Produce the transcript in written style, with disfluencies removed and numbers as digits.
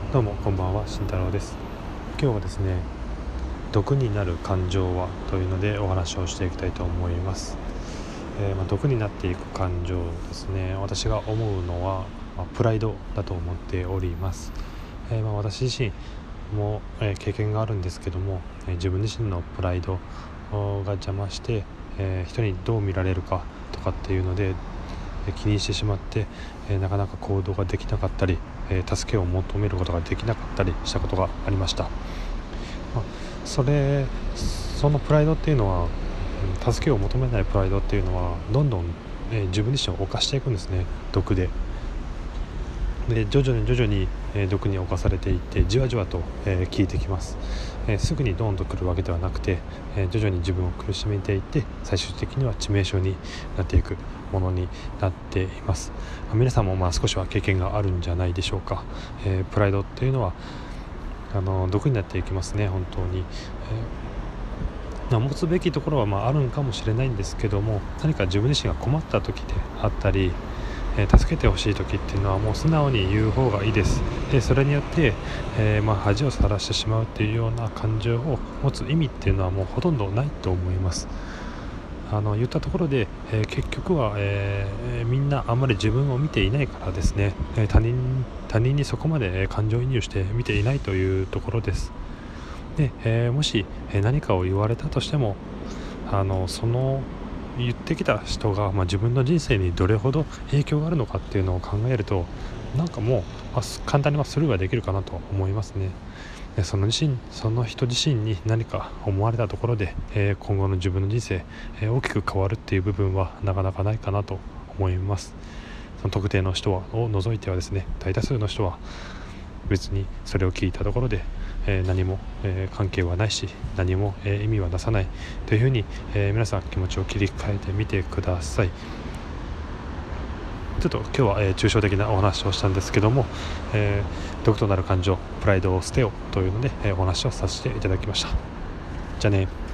どうもこんばんは、慎太郎です。今日はですね、毒になる感情はというのでお話をしていきたいと思います。毒になっていく感情ですね、私が思うのは、プライドだと思っております。私自身も、経験があるんですけども、自分自身のプライドが邪魔して、人にどう見られるかとかっていうので気にしてしまって、なかなか行動ができなかったり、助けを求めることができなかったりしたことがありました。まあ、そのプライドっていうのは、助けを求めないプライドっていうのはどんどん、自分自身を犯していくんですね。毒で徐々に、毒に侵されていってじわじわと、効いてきます。すぐにドーンと来るわけではなくて、徐々に自分を苦しめていって最終的には致命傷になっていくものになっています。皆さんも少しは経験があるんじゃないでしょうか。プライドっていうのは毒になっていきますね、本当に。持つべきところはあるんかもしれないんですけども、何か自分自身が困った時であったり、助けてほしい時っていうのはもう素直に言う方がいいです。でそれによって、恥をさらしてしまうっていうような感情を持つ意味っていうのはもうほとんどないと思います。言ったところで、結局は、みんなあんまり自分を見ていないからですね、他人にそこまで感情移入して見ていないというところです。で、もし、何かを言われたとしても、その言ってきた人が、自分の人生にどれほど影響があるのかっていうのを考えると、なんかもう、簡単にスルーはできるかなと思いますね。でその人自身に何か思われたところで、今後の自分の人生、大きく変わるっていう部分はなかなかないかなと思います。その特定の人を除いてはですね、大多数の人は別にそれを聞いたところで、何も、関係はないし何も、意味はなさないというふうに、皆さん気持ちを切り替えてみてください。ちょっと今日は、抽象的なお話をしたんですけども、毒となる感情プライドを捨てよというので、お話をさせていただきました。じゃあね。